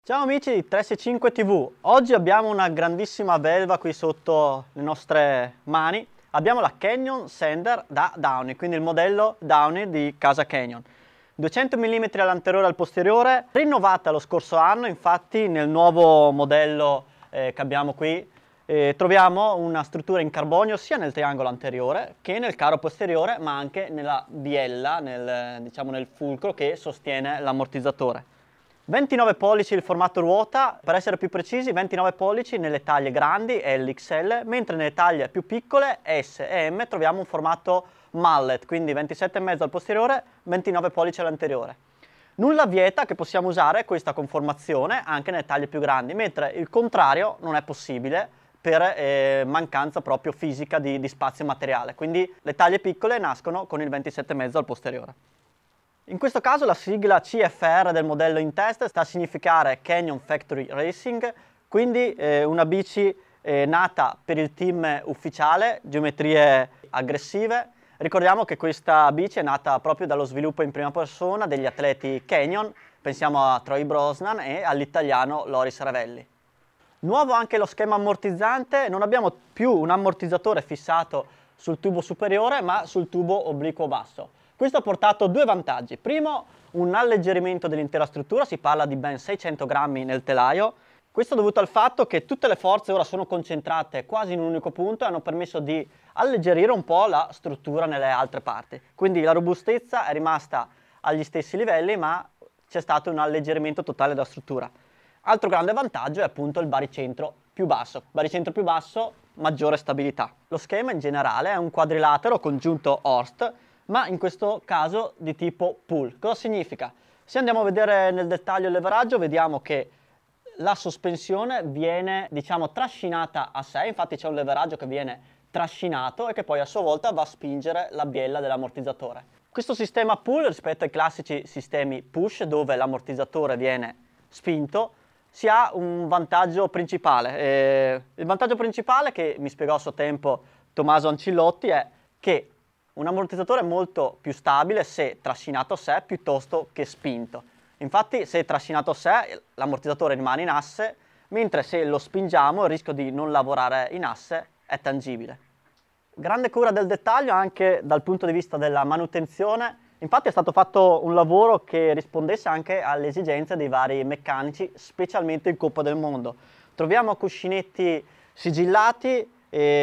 Ciao amici di 365 TV, oggi abbiamo una grandissima belva qui sotto le nostre mani. Abbiamo la Canyon Sander da Downy, quindi il modello Downy di casa Canyon. 200 mm all'anteriore e al posteriore, rinnovata lo scorso anno, infatti nel nuovo modello che abbiamo qui troviamo una struttura in carbonio sia nel triangolo anteriore che nel caro posteriore, ma anche nella biella, nel fulcro che sostiene l'ammortizzatore. 29 pollici il formato ruota, per essere più precisi 29 pollici nelle taglie grandi L, XL, mentre nelle taglie più piccole S e M troviamo un formato mallet, quindi 27,5 al posteriore, 29 pollici all'anteriore. Nulla vieta che possiamo usare questa conformazione anche nelle taglie più grandi, mentre il contrario non è possibile per mancanza proprio fisica di spazio materiale, quindi le taglie piccole nascono con il 27,5 al posteriore. In questo caso la sigla CFR del modello in test sta a significare Canyon Factory Racing, quindi una bici nata per il team ufficiale, geometrie aggressive. Ricordiamo che questa bici è nata proprio dallo sviluppo in prima persona degli atleti Canyon, pensiamo a Troy Brosnan e all'italiano Loris Ravelli. Nuovo anche lo schema ammortizzante, non abbiamo più un ammortizzatore fissato sul tubo superiore ma sul tubo obliquo basso. Questo ha portato due vantaggi. Primo, un alleggerimento dell'intera struttura, si parla di ben 600 grammi nel telaio. Questo dovuto al fatto che tutte le forze ora sono concentrate quasi in un unico punto e hanno permesso di alleggerire un po' la struttura nelle altre parti. Quindi la robustezza è rimasta agli stessi livelli, ma c'è stato un alleggerimento totale della struttura. Altro grande vantaggio è appunto il baricentro più basso. Baricentro più basso, maggiore stabilità. Lo schema in generale è un quadrilatero congiunto Horst, ma in questo caso di tipo pull. Cosa significa? Se andiamo a vedere nel dettaglio il leveraggio, vediamo che la sospensione viene, trascinata a sé, infatti c'è un leveraggio che viene trascinato e che poi a sua volta va a spingere la biella dell'ammortizzatore. Questo sistema pull rispetto ai classici sistemi push, dove l'ammortizzatore viene spinto, si ha un vantaggio principale. Il vantaggio principale che mi spiegò a suo tempo Tommaso Ancillotti è che un ammortizzatore è molto più stabile se trascinato a sé piuttosto che spinto. Infatti se trascinato a sé l'ammortizzatore rimane in asse, mentre se lo spingiamo il rischio di non lavorare in asse è tangibile. Grande cura del dettaglio anche dal punto di vista della manutenzione. Infatti è stato fatto un lavoro che rispondesse anche alle esigenze dei vari meccanici, specialmente in Coppa del Mondo. Troviamo cuscinetti sigillati,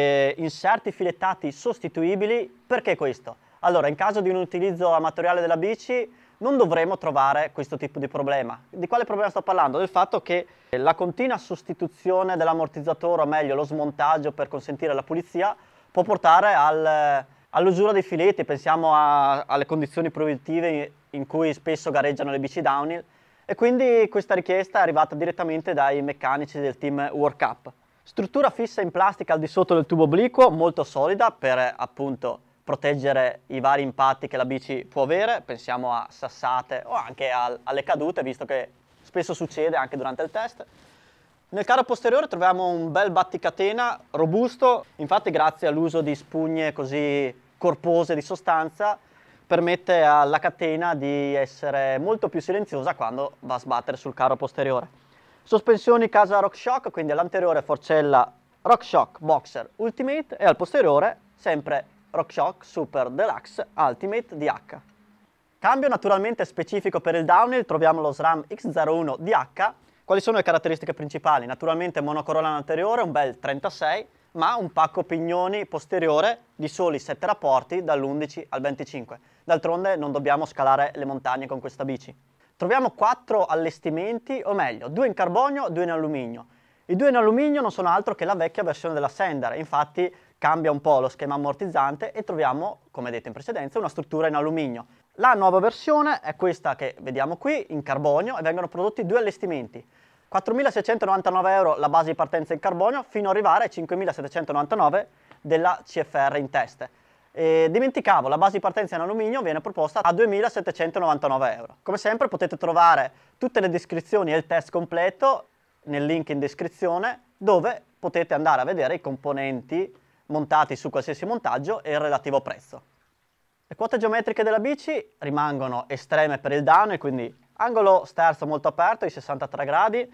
inserti filettati sostituibili. Perché questo? Allora, in caso di un utilizzo amatoriale della bici non dovremo trovare questo tipo di problema. Di quale problema sto parlando? Del fatto che la continua sostituzione dell'ammortizzatore, o meglio lo smontaggio per consentire la pulizia, può portare all'usura dei filetti. Pensiamo alle condizioni proibitive in cui spesso gareggiano le bici downhill, e quindi questa richiesta è arrivata direttamente dai meccanici del team World Cup. Struttura fissa in plastica al di sotto del tubo obliquo, molto solida per appunto proteggere i vari impatti che la bici può avere, pensiamo a sassate o anche alle cadute, visto che spesso succede anche durante il test. Nel caro posteriore troviamo un bel batticatena robusto, infatti grazie all'uso di spugne così corpose di sostanza permette alla catena di essere molto più silenziosa quando va a sbattere sul caro posteriore. Sospensioni casa RockShox, quindi all'anteriore forcella RockShox Boxer Ultimate e al posteriore sempre RockShox Super Deluxe Ultimate DH. Cambio naturalmente specifico per il downhill, troviamo lo SRAM X01 DH. Quali sono le caratteristiche principali? Naturalmente monocorolla anteriore, un bel 36, ma un pacco pignoni posteriore di soli 7 rapporti dall'11 al 25. D'altronde non dobbiamo scalare le montagne con questa bici. Troviamo 4 allestimenti, o meglio, 2 in carbonio e 2 in alluminio. I 2 in alluminio non sono altro che la vecchia versione della Sander, infatti cambia un po' lo schema ammortizzante e troviamo, come detto in precedenza, una struttura in alluminio. La nuova versione è questa che vediamo qui, in carbonio, e vengono prodotti 2 allestimenti. 4.699 euro la base di partenza in carbonio, fino ad arrivare ai 5.799 della CFR in test. Dimenticavo, la base di partenza in alluminio viene proposta a 2.799 euro. Come sempre potete trovare tutte le descrizioni e il test completo nel link in descrizione, dove potete andare a vedere i componenti montati su qualsiasi montaggio e il relativo prezzo. Le quote geometriche della bici rimangono estreme per il downhill, quindi angolo sterzo molto aperto di 63 gradi.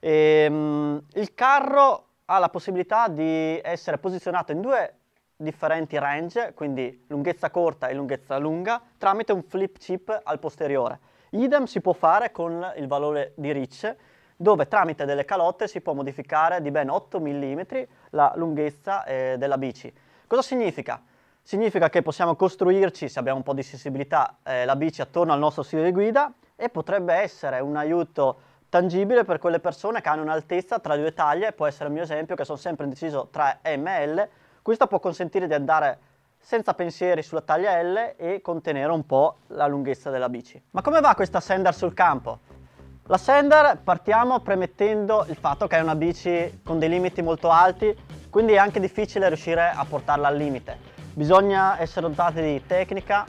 Il carro ha la possibilità di essere posizionato in due differenti range, quindi lunghezza corta e lunghezza lunga, tramite un flip chip al posteriore. Idem si può fare con il valore di Ricci, dove tramite delle calotte si può modificare di ben 8 mm la lunghezza della bici. Cosa significa? Significa che possiamo costruirci, se abbiamo un po' di sensibilità, la bici attorno al nostro stile di guida, e potrebbe essere un aiuto tangibile per quelle persone che hanno un'altezza tra due taglie. Può essere il mio esempio, che sono sempre indeciso tra M e L. Questo può consentire di andare senza pensieri sulla taglia L e contenere un po' la lunghezza della bici. Ma come va questa Sender sul campo? La Sender partiamo premettendo il fatto che è una bici con dei limiti molto alti, quindi è anche difficile riuscire a portarla al limite. Bisogna essere dotati di tecnica,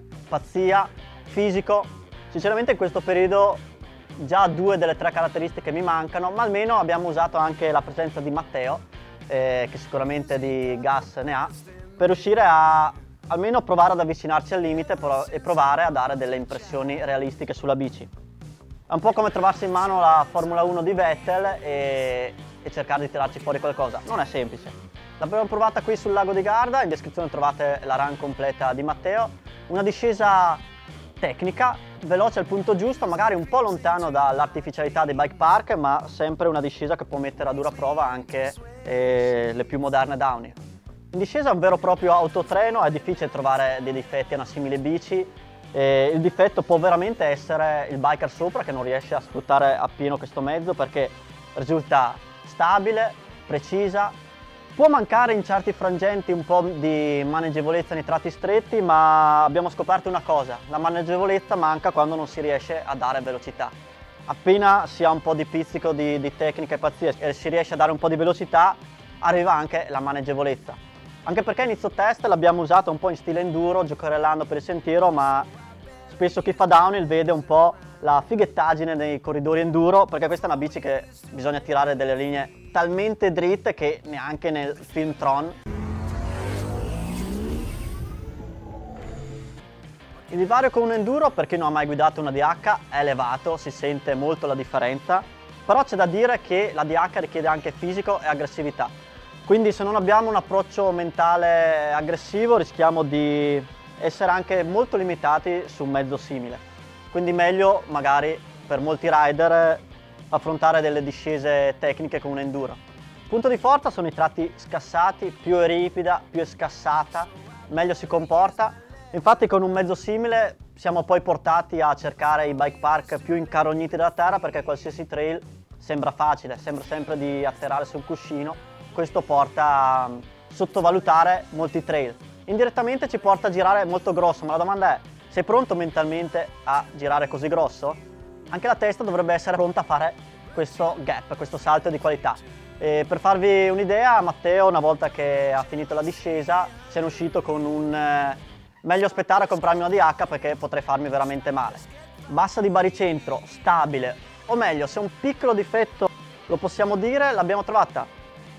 pazzia, fisico. Sinceramente in questo periodo già 2 delle 3 caratteristiche mi mancano, ma almeno abbiamo usato anche la presenza di Matteo, che sicuramente di gas ne ha, per riuscire a almeno provare ad avvicinarci al limite e provare a dare delle impressioni realistiche sulla bici. È un po' come trovarsi in mano la Formula 1 di Vettel e cercare di tirarci fuori qualcosa. Non è semplice. L'abbiamo provata qui sul lago di Garda, in descrizione trovate la run completa di Matteo. Una discesa tecnica, veloce al punto giusto, magari un po' lontano dall'artificialità dei bike park, ma sempre una discesa che può mettere a dura prova anche le più moderne Downy. In discesa è un vero e proprio autotreno, è difficile trovare dei difetti a una simile bici. Il difetto può veramente essere il biker sopra, che non riesce a sfruttare appieno questo mezzo perché risulta stabile, precisa. Può mancare in certi frangenti un po' di maneggevolezza nei tratti stretti, ma abbiamo scoperto una cosa: la maneggevolezza manca quando non si riesce a dare velocità. Appena si ha un po' di pizzico di tecnica e pazzia e si riesce a dare un po' di velocità, arriva anche la maneggevolezza. Anche perché inizio test l'abbiamo usato un po' in stile enduro, giocherellando per il sentiero, ma spesso chi fa downhill vede un po' la fighettaggine nei corridori enduro, perché questa è una bici che bisogna tirare delle linee talmente dritte che neanche nel film Tron. Il divario con un enduro, per chi non ha mai guidato una DH, è elevato, si sente molto la differenza, però c'è da dire che la DH richiede anche fisico e aggressività. Quindi se non abbiamo un approccio mentale aggressivo rischiamo di essere anche molto limitati su un mezzo simile. Quindi meglio magari per molti rider affrontare delle discese tecniche con un enduro. Punto di forza sono i tratti scassati, più è ripida, più è scassata, meglio si comporta. Infatti con un mezzo simile siamo poi portati a cercare i bike park più incarogniti dalla terra, perché qualsiasi trail sembra facile, sembra sempre di atterrare sul cuscino. Questo porta a sottovalutare molti trail. Indirettamente ci porta a girare molto grosso, ma la domanda è: sei pronto mentalmente a girare così grosso? Anche la testa dovrebbe essere pronta a fare questo gap, questo salto di qualità. E per farvi un'idea, Matteo, una volta che ha finito la discesa, se n'è uscito con un meglio aspettare a comprarmi una DH perché potrei farmi veramente male. Bassa di baricentro, stabile, o meglio, se un piccolo difetto lo possiamo dire, l'abbiamo trovata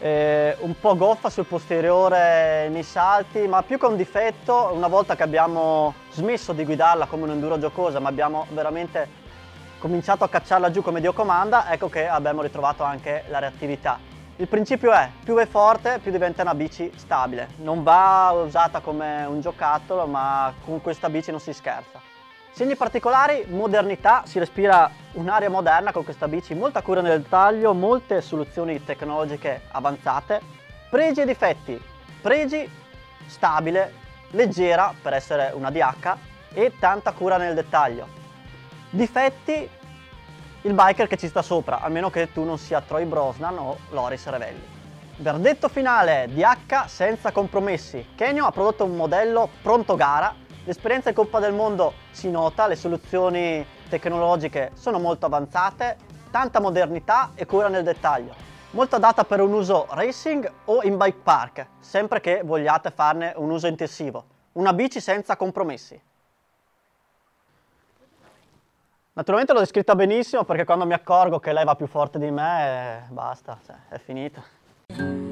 un po' goffa sul posteriore nei salti, ma più che un difetto, una volta che abbiamo smesso di guidarla come un enduro giocosa, ma abbiamo veramente cominciato a cacciarla giù come Dio comanda, ecco che abbiamo ritrovato anche la reattività. Il principio è: più è forte, più diventa una bici stabile. Non va usata come un giocattolo, ma con questa bici non si scherza. Segni particolari: modernità, si respira un'aria moderna con questa bici, molta cura nel dettaglio, molte soluzioni tecnologiche avanzate. Pregi e difetti: pregi, stabile, leggera per essere una DH e tanta cura nel dettaglio. Difetti: il biker che ci sta sopra, almeno che tu non sia Troy Brosnan o Loris Revelli. Verdetto finale: DH senza compromessi. Canyon ha prodotto un modello pronto gara. L'esperienza in Coppa del Mondo si nota, le soluzioni tecnologiche sono molto avanzate, tanta modernità e cura nel dettaglio. Molto adatta per un uso racing o in bike park, sempre che vogliate farne un uso intensivo. Una bici senza compromessi. Naturalmente l'ho descritta benissimo, perché quando mi accorgo che lei va più forte di me, basta, cioè, è finita.